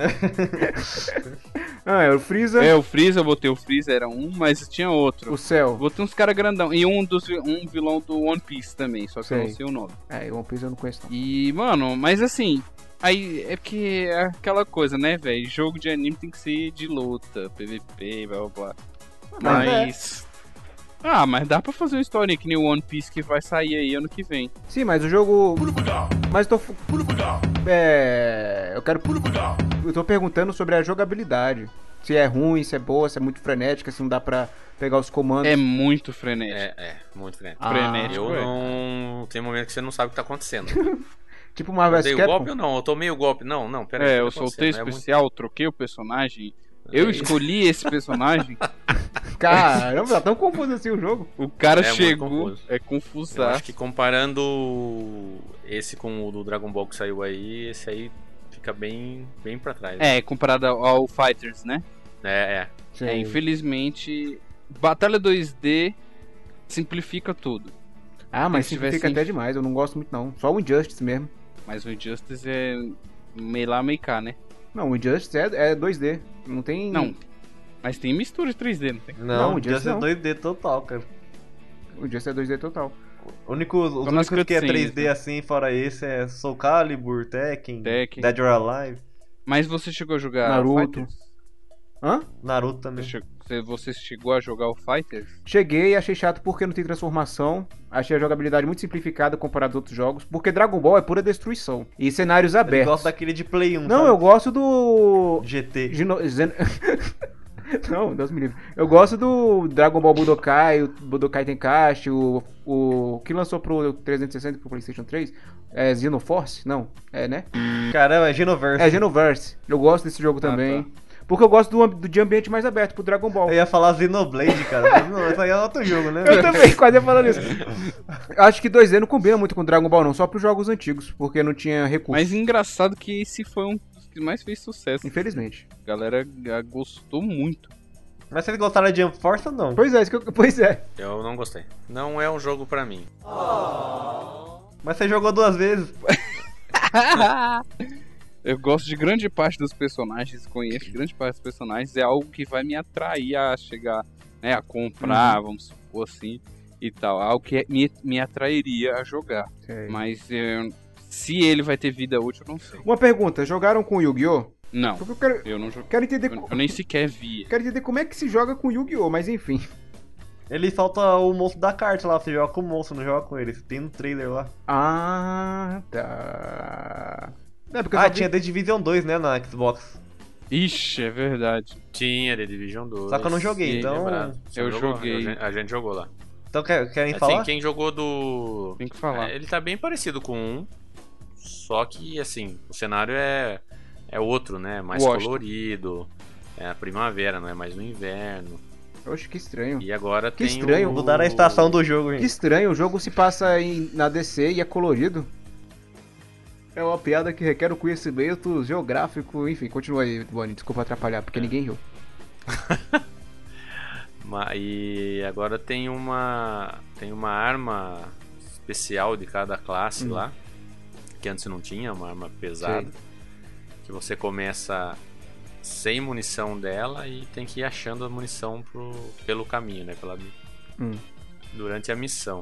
É o Freeza. O Freeza, eu botei o Freeza, era um, mas tinha outro. O Cell. Botei uns caras grandão. E um vilão do One Piece também, só que eu não sei o nome. O One Piece eu não conheço não. E, mano, mas assim... Aí é porque é aquela coisa, né, velho? Jogo de anime tem que ser de luta, PVP, blá blá blá. Mas... mas dá pra fazer uma história que nem o One Piece que vai sair aí ano que vem. Sim, mas o jogo... Mas eu tô perguntando sobre a jogabilidade. Se é ruim, se é boa, se é muito frenética, se não dá pra pegar os comandos. É muito frenético. Muito frenético. Frenético, eu não... Tem momento que você não sabe o que tá acontecendo. Tipo Marvel vs Capcom. Capcom. Golpe ou não? Eu tomei o golpe. Não, pera aí. Eu soltei especial, troquei o personagem. Eu escolhi esse personagem. Caramba, tá tão confuso assim o jogo. O cara chegou, confuso. Eu acho que comparando esse com o do Dragon Ball que saiu aí, esse aí fica bem pra trás. Né? Comparado ao Fighters, né? Infelizmente, Batalha 2D simplifica tudo. Mas simplifica até demais, eu não gosto muito não. Só o Injustice mesmo. Mas o Injustice é meio lá, meio cá, né? Não, o Injustice é 2D. Não tem... Não, mas tem mistura de 3D, não tem? Não, o Injustice é 2D total, cara. O Injustice é 2D total. Os únicos que é 3D né? Assim, fora esse, é Soul Calibur, Tekken, Dead or Alive. Mas você chegou a jogar Naruto? Fighters? Hã? Naruto também. Você chegou a jogar o Fighters? Cheguei e achei chato porque não tem transformação. Achei a jogabilidade muito simplificada comparado aos outros jogos. Porque Dragon Ball é pura destruição. E cenários abertos. Eu gosto daquele de Play 1, Não, sabe? eu gosto do... GT. Não, Deus me livre. Eu gosto do Dragon Ball Budokai, o Budokai Tenkaichi, o que lançou pro 360 e pro PlayStation 3. É Xenoforce? Não, né? Caramba, é Xenoverse. É Xenoverse. Eu gosto desse jogo também. Tá. Porque eu gosto de ambiente mais aberto pro Dragon Ball. Eu ia falar Xenoblade, cara. Mas não, isso aí é outro jogo, né? Eu também quase ia falar isso. Acho que 2D não combina muito com Dragon Ball, não. Só pros jogos antigos, porque não tinha recurso. Mas engraçado que esse foi um dos que mais fez sucesso. Infelizmente. A galera gostou muito. Mas vocês gostaram de Jump Force ou não? Pois é. Eu não gostei. Não é um jogo pra mim. Mas você jogou 2 vezes. Eu gosto de grande parte dos personagens, conheço grande parte dos personagens, é algo que vai me atrair a chegar, né, a comprar, vamos supor assim, e tal. Algo que me atrairia a jogar. Sei. Mas se ele vai ter vida útil, eu não sei. Uma pergunta, jogaram com Yu-Gi-Oh? Não, porque eu não joguei. Quero entender... Eu nem sequer vi. Quero entender como é que se joga com Yu-Gi-Oh, mas enfim. Ele falta o monstro da carta lá, você joga com o monstro, não joga com ele. Tem no trailer lá. Ah, tá... tinha The Division 2, né, na Xbox. Ixi, é verdade. Tinha The Division 2. Só que eu não joguei, então... Eu joguei. A gente jogou lá. Então querem falar? Quem jogou do... Tem que falar. Ele tá bem parecido com um, só que, assim, o cenário é outro, né? Mais colorido. É a primavera, não é mais no inverno. Oxe, que estranho. E agora que estranho. Mudaram a estação do jogo, gente. Que estranho, o jogo se passa na DC e é colorido. É uma piada que requer o conhecimento geográfico. Enfim, continua aí, Bonnie. Desculpa atrapalhar, porque ninguém riu. E agora tem uma arma especial de cada classe lá, que antes não tinha, uma arma pesada. Sei. Que você começa sem munição dela e tem que ir achando a munição pelo caminho, né? Durante a missão.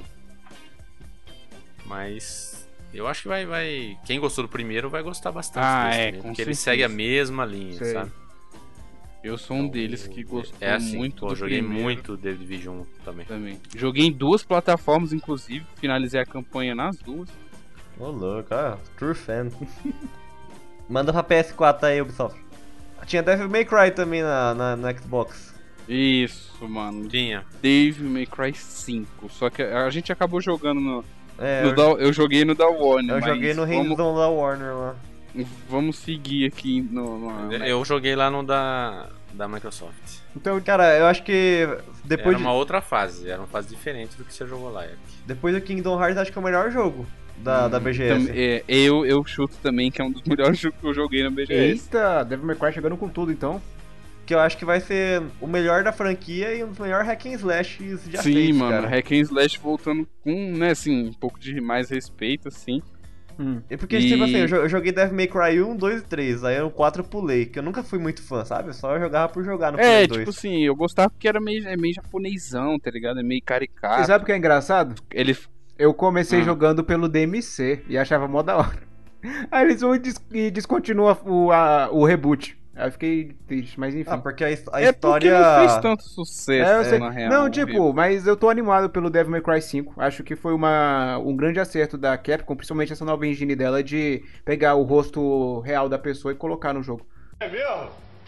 Mas eu acho que vai. Quem gostou do primeiro vai gostar bastante desse também, porque ele segue a mesma linha, sabe? Eu sou um deles que gostou muito do joguei primeiro. muito The Division 1 também. Joguei em 2 plataformas, inclusive. Finalizei a campanha nas 2. Ô, louco, true fan. Manda pra PS4 aí, Ubisoft. Tinha Devil May Cry também na Xbox. Isso, mano. Tinha. Devil May Cry 5. Só que a gente acabou jogando eu joguei no da Warner. Eu joguei no hands-on da Warner lá. Vamos seguir aqui Eu joguei lá no da Microsoft. Então, cara, eu acho que depois era uma outra fase, era uma fase diferente do que você jogou lá, Eric. Depois do Kingdom Hearts, acho que é o melhor jogo da BGS. Eu chuto também que é um dos melhores jogos que eu joguei na BGS. Eita, Devil May Cry chegando com tudo, então. Que eu acho que vai ser o melhor da franquia e um dos melhores hack and slashes já feitos, Sim, mano, cara. hack and slash voltando com, né, assim, um pouco de mais respeito, assim. E porque, tipo assim, eu joguei Devil May Cry 1, 2 e 3, aí o 4 eu pulei, que eu nunca fui muito fã, sabe? Eu só jogava por jogar no Play 2. Tipo assim, eu gostava porque era meio japonesão, tá ligado? É meio caricato. Você sabe o que é engraçado? Eu comecei jogando pelo DMC e achava mó da hora. Aí eles vão e descontinuam o reboot. Aí eu fiquei triste, mas enfim. Porque a história... porque não fez tanto sucesso, na real. Não, tipo, mas eu tô animado pelo Devil May Cry 5. Acho que foi um grande acerto da Capcom, principalmente essa nova engine dela de pegar o rosto real da pessoa e colocar no jogo. É mesmo?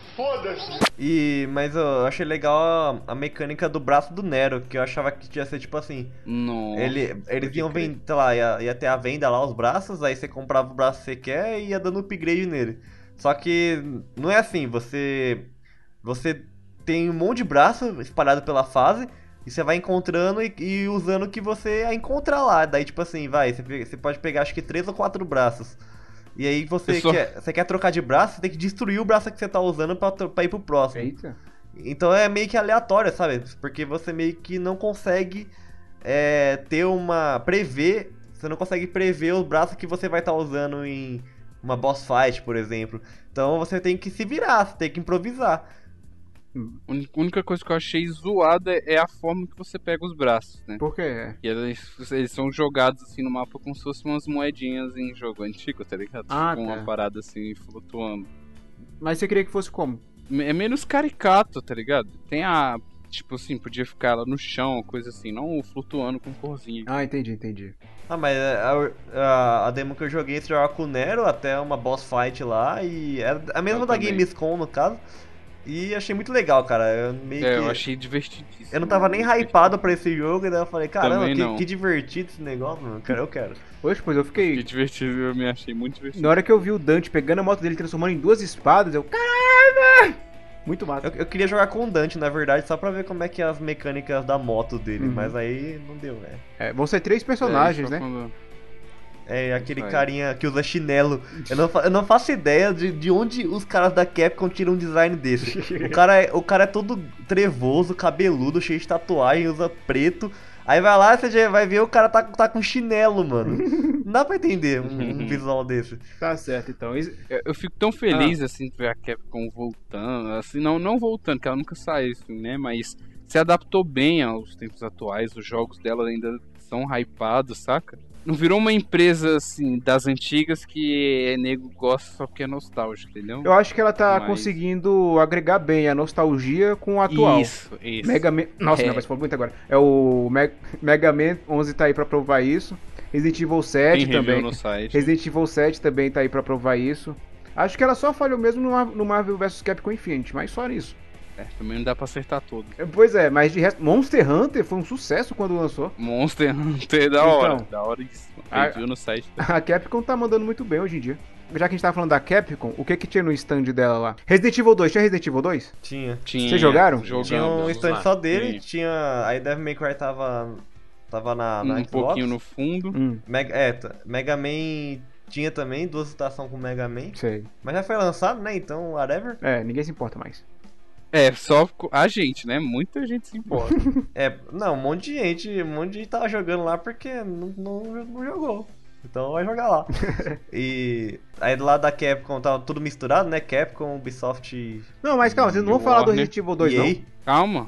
Foda-se! Mas eu achei legal a mecânica do braço do Nero, que eu achava que ia ser tipo assim. Nossa, Eles iam vender, sei lá, ia ter a venda lá, os braços, aí você comprava o braço que você quer e ia dando upgrade nele. Só que não é assim, você tem um monte de braço espalhado pela fase, e você vai encontrando e usando o que você encontrar lá. Daí tipo assim, você pode pegar acho que 3 ou 4 braços. E aí você quer trocar de braço, você tem que destruir o braço que você tá usando pra ir pro próximo. Eita. Então é meio que aleatório, sabe? Porque você meio que não consegue você não consegue prever os braços que você vai estar usando em uma boss fight, por exemplo. Então você tem que se virar, você tem que improvisar. A única coisa que eu achei zoada é a forma que você pega os braços, né? Por quê? E eles são jogados assim no mapa como se fossem umas moedinhas em jogo antigo, tá ligado? Ah, Com uma tá. parada assim flutuando. Mas você queria que fosse como? É menos caricato, tá ligado? Tem a. Tipo assim, podia ficar ela no chão, coisa assim, não flutuando com corzinha. Ah, entendi. Ah, mas a demo que eu joguei, você jogava com o Nero até uma boss fight lá, e era a mesma Eu da também. Gamescom, no caso. E achei muito legal, cara. Eu achei divertidíssimo. Eu não tava nem hypado pra esse jogo, e daí eu falei, caramba, Também não. que divertido esse negócio, mano. Eu quero. Hoje, pois eu Que fiquei... divertido, eu me achei muito divertido. Na hora que eu vi o Dante pegando a moto dele e transformando em 2 espadas, eu... Caralho, velho! Muito massa. Eu queria jogar com o Dante, na verdade, só pra ver como é que é as mecânicas da moto dele, mas aí não deu, né? Vão ser 3 personagens, né? É aquele Isso aí. carinha que usa chinelo. Eu não faço ideia de onde os caras da Capcom tiram um design desse. O cara é todo trevoso, cabeludo, cheio de tatuagem, usa preto. Aí vai lá, você já vai ver o cara tá com chinelo, mano. Não dá pra entender um visual desse. Tá certo, então. Eu fico tão feliz, assim, de ver a Capcom voltando. Assim, não voltando, que ela nunca saiu, assim, né? Mas se adaptou bem aos tempos atuais. Os jogos dela ainda são hypados, saca? Não virou uma empresa, assim, das antigas que nego gosta só porque é nostálgico, entendeu? Eu acho que ela tá conseguindo agregar bem a nostalgia com o atual. Isso. Mega Man... Nossa, não, mas falou muito agora. O Mega Man 11 tá aí pra provar isso. Resident Evil 7 também. No site. Resident Evil 7 também tá aí pra provar isso. Acho que ela só falhou mesmo no Marvel vs Capcom Infinite, mas só nisso. Também não dá pra acertar tudo. Pois é, mas de resto, Monster Hunter foi um sucesso quando lançou. Monster Hunter é da hora. Da hora isso. Viu no site. A Capcom tá mandando muito bem hoje em dia. Já que a gente tava falando da Capcom, o que tinha no stand dela lá? Resident Evil 2, tinha Resident Evil 2? Tinha. Vocês jogaram? Tinha um stand só dele, tinha... Aí Devil May Cry tava na Xbox. Pouquinho no fundo. Mega Man tinha também, 2 estações com Mega Man. Sei. Mas já foi lançado, né? Então, whatever. Ninguém se importa mais. Só a gente, né? Muita gente se importa. Não, um monte de gente tava jogando lá porque não jogou. Então vai jogar lá. E aí do lado da Capcom tava tudo misturado, né? Capcom, Ubisoft. Não, mas calma, vocês não vão falar do Resident Evil 2, não? Calma.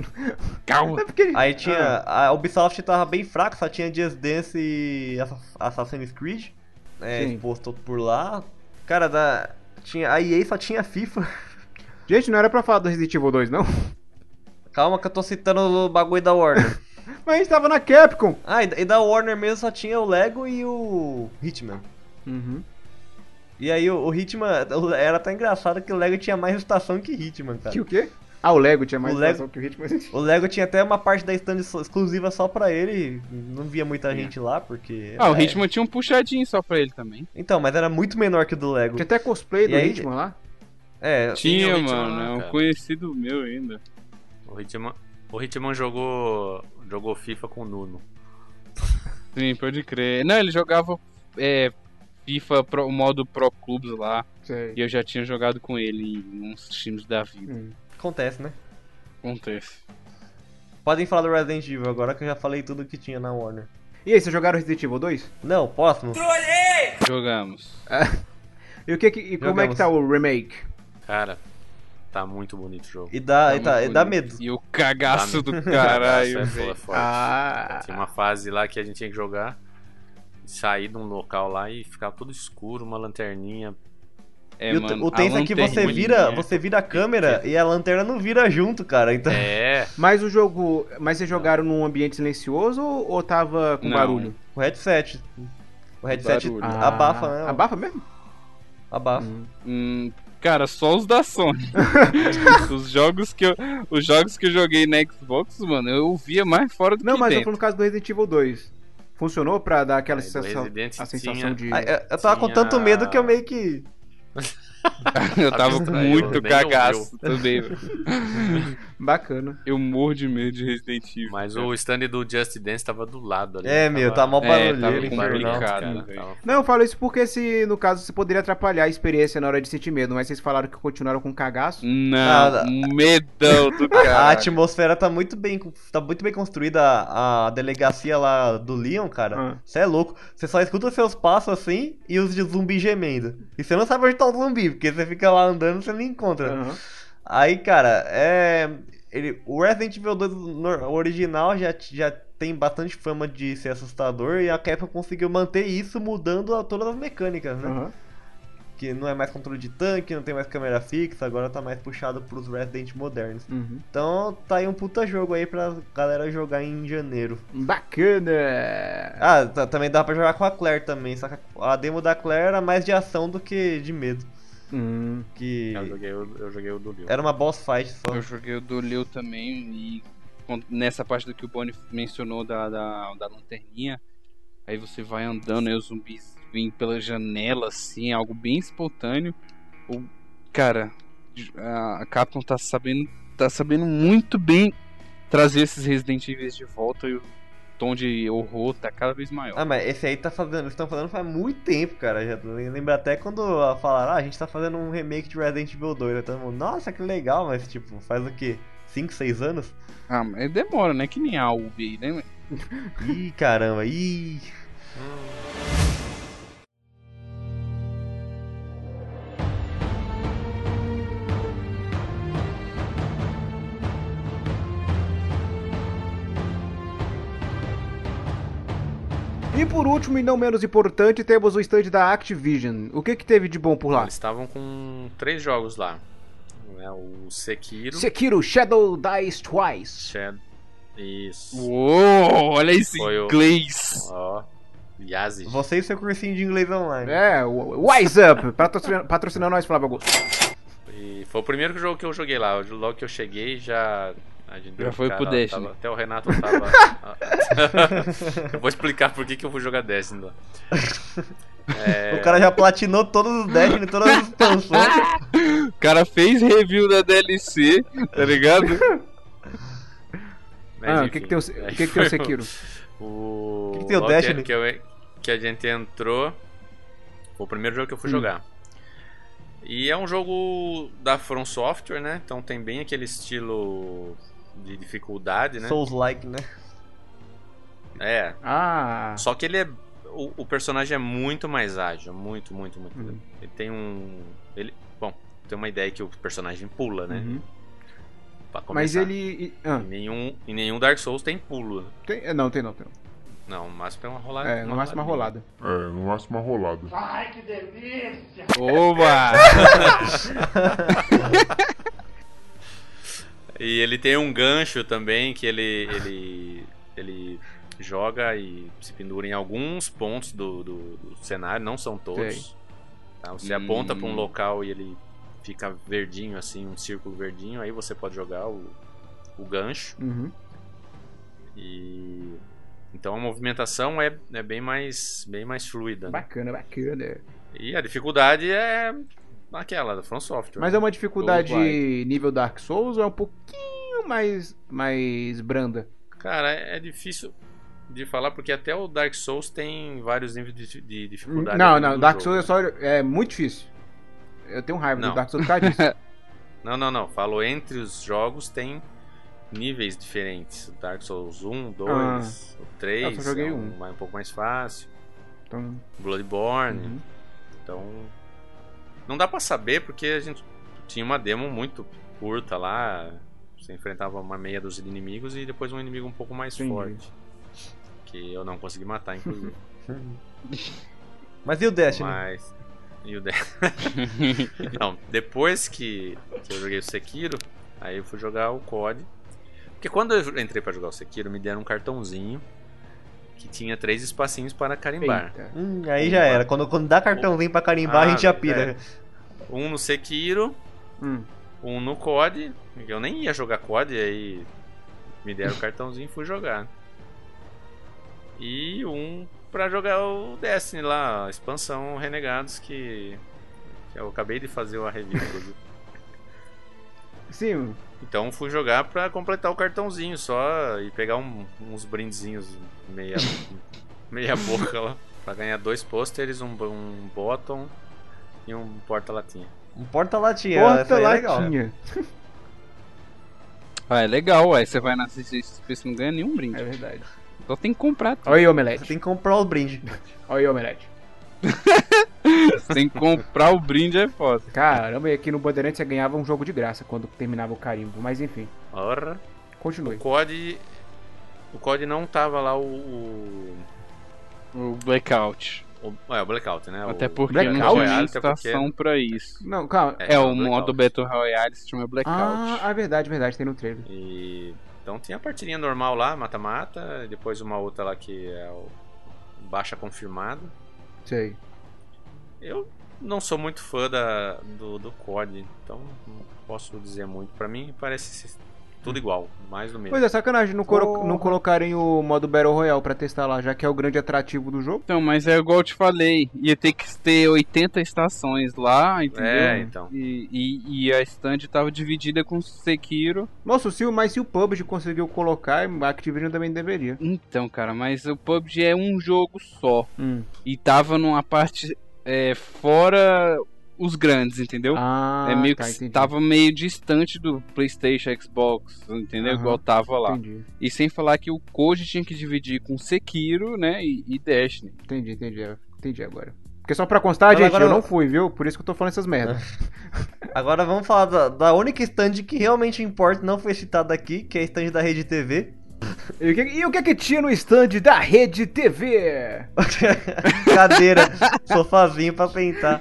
Aí tinha. A Ubisoft tava bem fraca, só tinha Just Dance e Assassin's Creed. Exposto por lá. Cara, a EA só tinha FIFA. Gente, não era pra falar do Resident Evil 2, não? Calma que eu tô citando o bagulho da Warner. Mas a gente tava na Capcom. E da Warner mesmo só tinha o Lego e o Hitman. E aí o Hitman, era até engraçado que o Lego tinha mais estação que Hitman, cara. Que o quê? O Lego tinha mais estação que o Hitman. O Lego tinha até uma parte da stand exclusiva só pra ele, não via muita gente lá, porque... O Hitman tinha um puxadinho só pra ele também. Então, mas era muito menor que o do Lego. Tinha até cosplay do Hitman lá. Tinha, mano, é um conhecido meu ainda. O Hitman jogou FIFA com o Nuno. Sim, pode crer. Não, ele jogava FIFA, o modo Pro Clubs lá. Sei. E eu já tinha jogado com ele em uns times da vida. Acontece, né? Acontece. Podem falar do Resident Evil agora que eu já falei tudo que tinha na Warner. E aí, vocês jogaram Resident Evil 2? Não, próximo. Jogamos. E como é que tá o remake? Cara, tá muito bonito o jogo. E dá medo. E o cagaço do caralho, velho. Tinha uma fase lá que a gente tinha que jogar, sair de um local lá e ficar tudo escuro, uma lanterninha. O tenso é que você vira a câmera e a lanterna não vira junto, cara. Então... Mas Mas vocês jogaram num ambiente silencioso ou tava com barulho? O headset. O headset abafa, né? Abafa mesmo? Abafa. Cara, só os da Sony. os jogos que eu joguei na Xbox, mano, eu via mais fora do que Não, mas eu dentro. falo no caso do Resident Evil 2. Funcionou pra dar aquela do sensação, Resident a sensação tinha- de... Eu tava com tanto medo que eu meio que... Eu tava com muito nem cagaço também, velho. Bacana. Eu morro de medo de Resident Evil. Mas cara. o stand do Just Dance tava do lado ali. É, meu, tá mó tava barulheiro, infernal. complicado, cara. velho. Tava- Não, eu falo isso porque no caso, você poderia atrapalhar a experiência na hora de sentir medo, mas vocês falaram que continuaram com cagaço. Não, medão do A cara. atmosfera tá muito bem construída, a delegacia lá do Leon, cara. Você é louco. Você só escuta os seus passos assim e os de zumbi gemendo. E você não sabe onde tá o zumbi, porque você fica lá andando e você não encontra. Aham. Aí, cara, o Resident Evil 2 original já tem bastante fama de ser assustador e a Capcom conseguiu manter isso mudando todas as mecânicas, né? Aham. Que não é mais controle de tanque, não tem mais câmera fixa, agora tá mais puxado pros Resident modernos. Uhum. Então tá aí um puta jogo aí pra galera jogar em janeiro. Bacana! Também dá pra jogar com a Claire também, só que a demo da Claire era mais de ação do que de medo. Que Eu joguei o do Leon. era uma boss fight só. Eu joguei o do Leo também e nessa parte do que o Bonnie mencionou da lanterninha, aí você vai andando e os zumbis vêm pela janela, assim, algo bem espontâneo. Cara, a Capcom tá sabendo muito bem trazer esses Resident Evil de volta e o tom de horror tá cada vez maior. Ah, mas esse aí eles estão fazendo faz muito tempo, cara. Já lembro até quando falaram, a gente tá fazendo um remake de Resident Evil 2. Aí todo mundo, nossa, que legal, mas tipo, faz o quê? 5, 6 anos? Ah, mas demora, né? Que nem a UB, né? Ih, caramba, ih. E por último, e não menos importante, temos o stand da Activision. O que teve de bom por lá? Eles estavam com 3 jogos lá. O Sekiro. Sekiro Shadow Dies Twice. Isso. Uou, olha esse Foi o- inglês. Ó. Yazid. Você e seu cursinho de inglês online. O Wise Up, patrocinando nós, Flávio Augusto. E foi o primeiro jogo que eu joguei lá. Logo que eu cheguei, já. A gente Já foi pro Destiny. Até o Renato tava. Eu vou explicar por que eu fui jogar Destiny lá. O cara já platinou todos os Destiny, todas as expansões. O cara fez review da DLC, tá ligado? Mas, O enfim, que tem o Sekiro? O que tem o logo Destiny? que a gente entrou. Foi o primeiro jogo que eu fui jogar. E é um jogo da From Software, né? Então tem bem aquele estilo de dificuldade, né? Souls-like, né? É. Ah. Só que ele é. O personagem é muito mais ágil. Muito. Ele tem um. Bom, tem uma ideia que o personagem pula, né? Pra Mas começar. ele. Em nenhum Dark Souls tem pulo. Não, tem. Não, no máximo tem uma rolada. No máximo uma rolada. No máximo uma rolada. Ai, que delícia! Oba! E ele tem um gancho também que ele joga e se pendura em alguns pontos do cenário, não são todos. Tá? Você aponta para um local e ele fica verdinho assim, um círculo verdinho, aí você pode jogar o gancho. E então a movimentação é bem mais fluida. Né? Bacana. E a dificuldade é aquela da From Software. Mas é uma dificuldade Souls-like. nível Dark Souls ou é um pouquinho mais branda? Cara, é difícil de falar porque até o Dark Souls tem vários níveis de dificuldade. Não, dentro do Dark jogo. Souls é muito difícil. Eu tenho raiva do Não. Dark Souls por causa disso. Não. Falo entre os jogos tem níveis diferentes. O Dark Souls 1, 2, o 3 eu só joguei um pouco mais fácil. Então, Bloodborne. Então não dá pra saber porque a gente tinha uma demo muito curta lá. Você enfrentava uma meia dúzia de inimigos e depois um inimigo um pouco mais forte. Que eu não consegui matar, inclusive. Mas e o Destiny? E o Não, depois que eu joguei o Sekiro, aí eu fui jogar o COD. Porque quando eu entrei pra jogar o Sekiro, me deram um cartãozinho que tinha 3 espacinhos para carimbar. eita. Aí já era. Quando dá cartãozinho pra carimbar, a gente já pira. um no Sekiro, um no COD. Eu nem ia jogar COD, aí me deram o cartãozinho e fui jogar. E um pra jogar o Destiny lá, a expansão Renegados, que eu acabei de fazer a review, inclusive. Sim. Então fui jogar pra completar o cartãozinho só e pegar uns brindezinhos meia boca lá. Pra ganhar 2 pôsteres, um bottom e um porta-latinha. Um porta-latinha. Porta-latinha. É legal, ué. Você vai na CCXP, você não ganha nenhum brinde. É verdade. Só tem que comprar tudo. Olha aí, Omelete. Você tem que comprar os brindes. Olha aí, Omelete. Você tem que comprar o brinde, é foda. Caramba, e aqui no Bandeirantes você ganhava um jogo de graça quando terminava o carimbo. Mas enfim. Ora. Continue. O COD não tava lá o Blackout. o Blackout, né? Até porque Blackout? não tinha estação pra isso. Não, calma. O modo Battle Royale se chama Blackout. Ah, verdade, tem no trailer. Então tinha a partidinha normal lá, mata-mata, depois uma outra lá que é o baixa confirmado. Sei. Eu não sou muito fã do COD, então não posso dizer muito. Pra mim parece tudo igual, mais do mesmo. Pois é, sacanagem não colocarem o modo Battle Royale pra testar lá, já que é o grande atrativo do jogo. Então, mas é igual eu te falei, ia ter que ter 80 estações lá, entendeu? É, então. E a stand tava dividida com Sekiro. Nossa, mas se o PUBG conseguiu colocar, a Activision também deveria. Então, cara, mas o PUBG é um jogo só. E tava numa parte fora os grandes, entendeu? Ah, é meio tá, que entendi. tava meio distante do PlayStation, Xbox, entendeu? Igual tava lá. Entendi. E sem falar que o Koji tinha que dividir com Sekiro, né? E Destiny. Entendi agora. Porque só pra constar, gente, eu não fui, viu? Por isso que eu tô falando essas merdas. Agora vamos falar da única stand que realmente importa, não foi citada aqui, que é a stand da Rede TV. E o que tinha no stand da Rede TV? Cadeira, sofazinho pra sentar.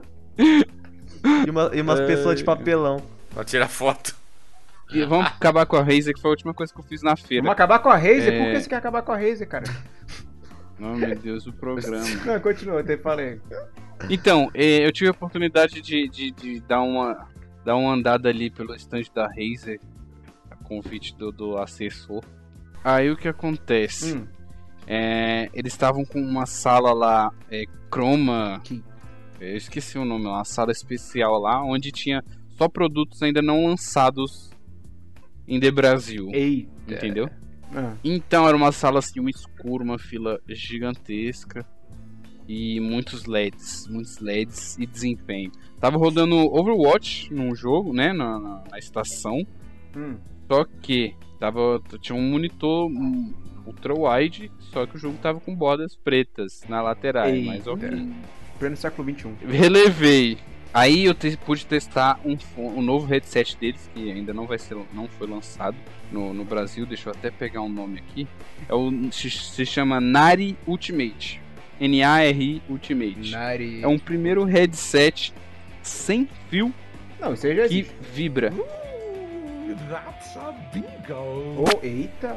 E umas pessoas de papelão. Pra tirar foto. E vamos acabar com a Razer, que foi a última coisa que eu fiz na feira. Vamos acabar com a Razer? Por que você quer acabar com a Razer, cara? Oh, meu Deus, o programa. Não, continua, até falei. Então, eu tive a oportunidade de dar uma andada ali pelo stand da Razer, a convite do assessor. Aí o que acontece? Eles estavam com uma sala lá, Chroma... Eu esqueci o nome, uma sala especial lá, onde tinha só produtos ainda não lançados em The Brasil. Eita. Entendeu? Então era uma sala assim, uma escura, uma fila gigantesca e muitos LEDs e desempenho. Tava rodando Overwatch num jogo, né, na estação. Só que tinha um monitor ultra wide, só que o jogo tava com bordas pretas na lateral, mas ok. Pleno século XXI. Relevei. Aí eu pude testar um novo headset deles, que ainda não foi lançado no Brasil. Deixa eu até pegar um nome aqui. Se chama Nari Ultimate. Nari Ultimate. Nari. É um primeiro headset sem fio que vibra. That's a bingo. Oh, eita.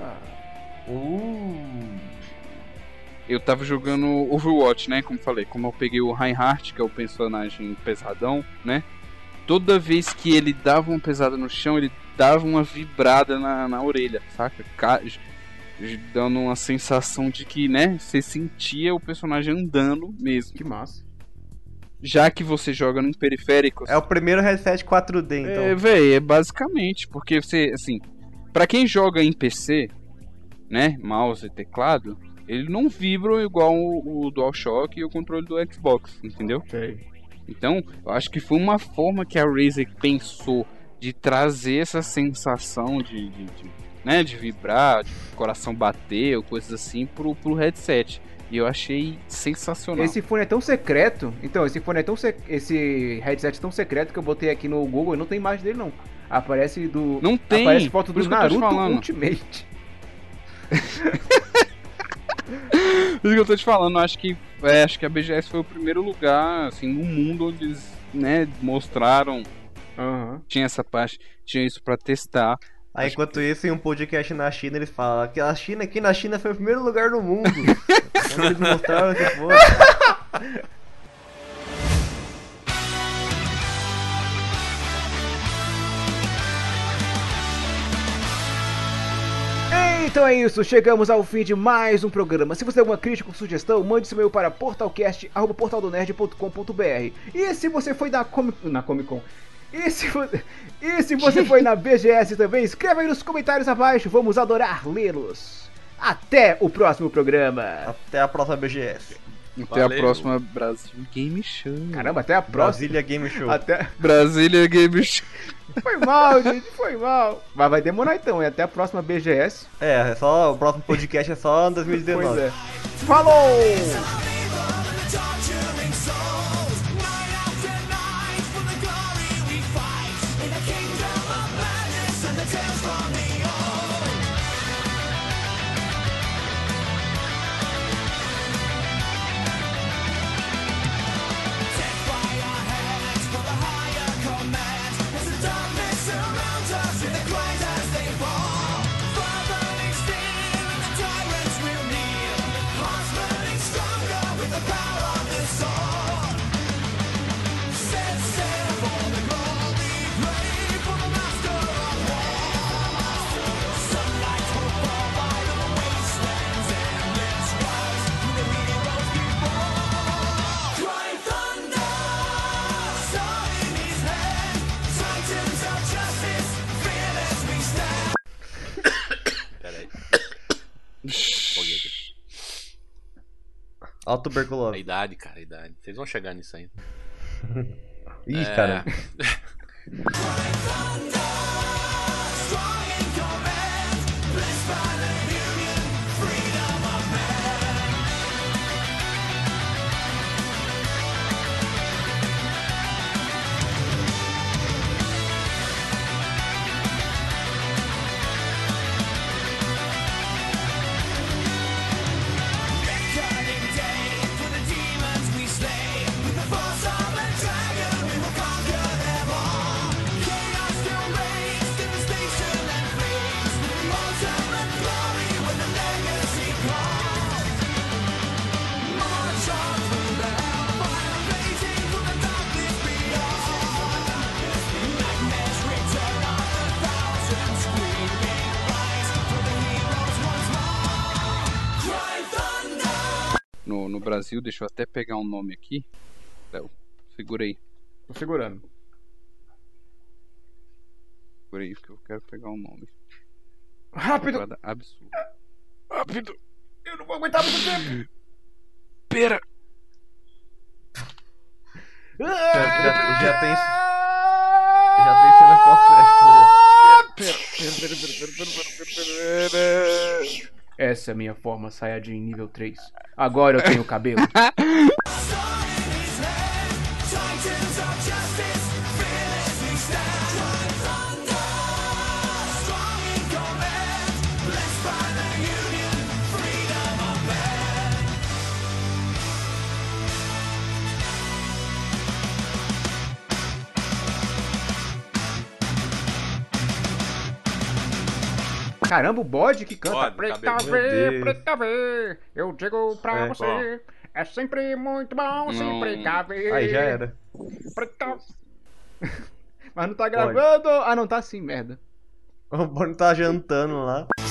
Eu tava jogando Overwatch, né? Como eu peguei o Reinhardt, que é o personagem pesadão, né? Toda vez que ele dava uma pesada no chão, ele dava uma vibrada na orelha, saca? Dando uma sensação de que, né? Você sentia o personagem andando mesmo. Que massa. Já que você joga num periférico... É o primeiro headset 4D, então. É basicamente, porque você, assim... Pra quem joga em PC, né? Mouse e teclado... Ele não vibra igual o DualShock e o controle do Xbox, entendeu? Sei. Então, eu acho que foi uma forma que a Razer pensou de trazer essa sensação de vibrar, de coração bater ou coisas assim pro headset. E eu achei sensacional. Esse fone é tão secreto. Então, esse headset é tão secreto que eu botei aqui no Google e não tem imagem dele, não. Aparece foto do Naruto Ultimate. Por isso que eu tô te falando, acho que a BGS foi o primeiro lugar assim, no mundo onde eles, né, mostraram. Tinha essa parte, tinha isso pra testar. Aí enquanto isso, em um podcast na China, eles falam que aqui na China foi o primeiro lugar no mundo. Quando eles mostraram que foi. Então é isso, chegamos ao fim de mais um programa. Se você tem alguma crítica ou sugestão, mande seu e-mail para portalcast@portaldonerd.com.br. E se você foi na Comic Con, e se você foi na BGS também, escreva aí nos comentários abaixo, vamos adorar lê-los. Até o próximo programa. Até a próxima BGS. Até a próxima Brasil Game Show. Caramba, até a próxima. Brasília Game Show. Até... Brasília Game Show. Foi mal, gente, foi mal. Mas vai demorar então, até a próxima BGS. É só o próximo podcast é só em 2019. Pois é. Falou! Ó, a tuberculose. A idade, cara, a idade. Vocês vão chegar nisso ainda. Ih, cara. No Brasil, deixa eu até pegar um nome aqui. Léo, segura aí. Tô segurando. Segura aí, porque eu quero pegar um nome. Rápido! Absurdo. Rápido! Eu não vou aguentar muito tempo! Pera! Já tem cena pós-crédito. Essa é a minha forma Saiyajin nível 3. Agora eu tenho cabelo. Caramba, o bode que canta. Preta ver, preta ver. Eu digo pra você. É sempre muito bom se precaver. Aí já era. Preta... Mas não tá gravando. Ah, não tá sim, merda. O Bono tá jantando lá.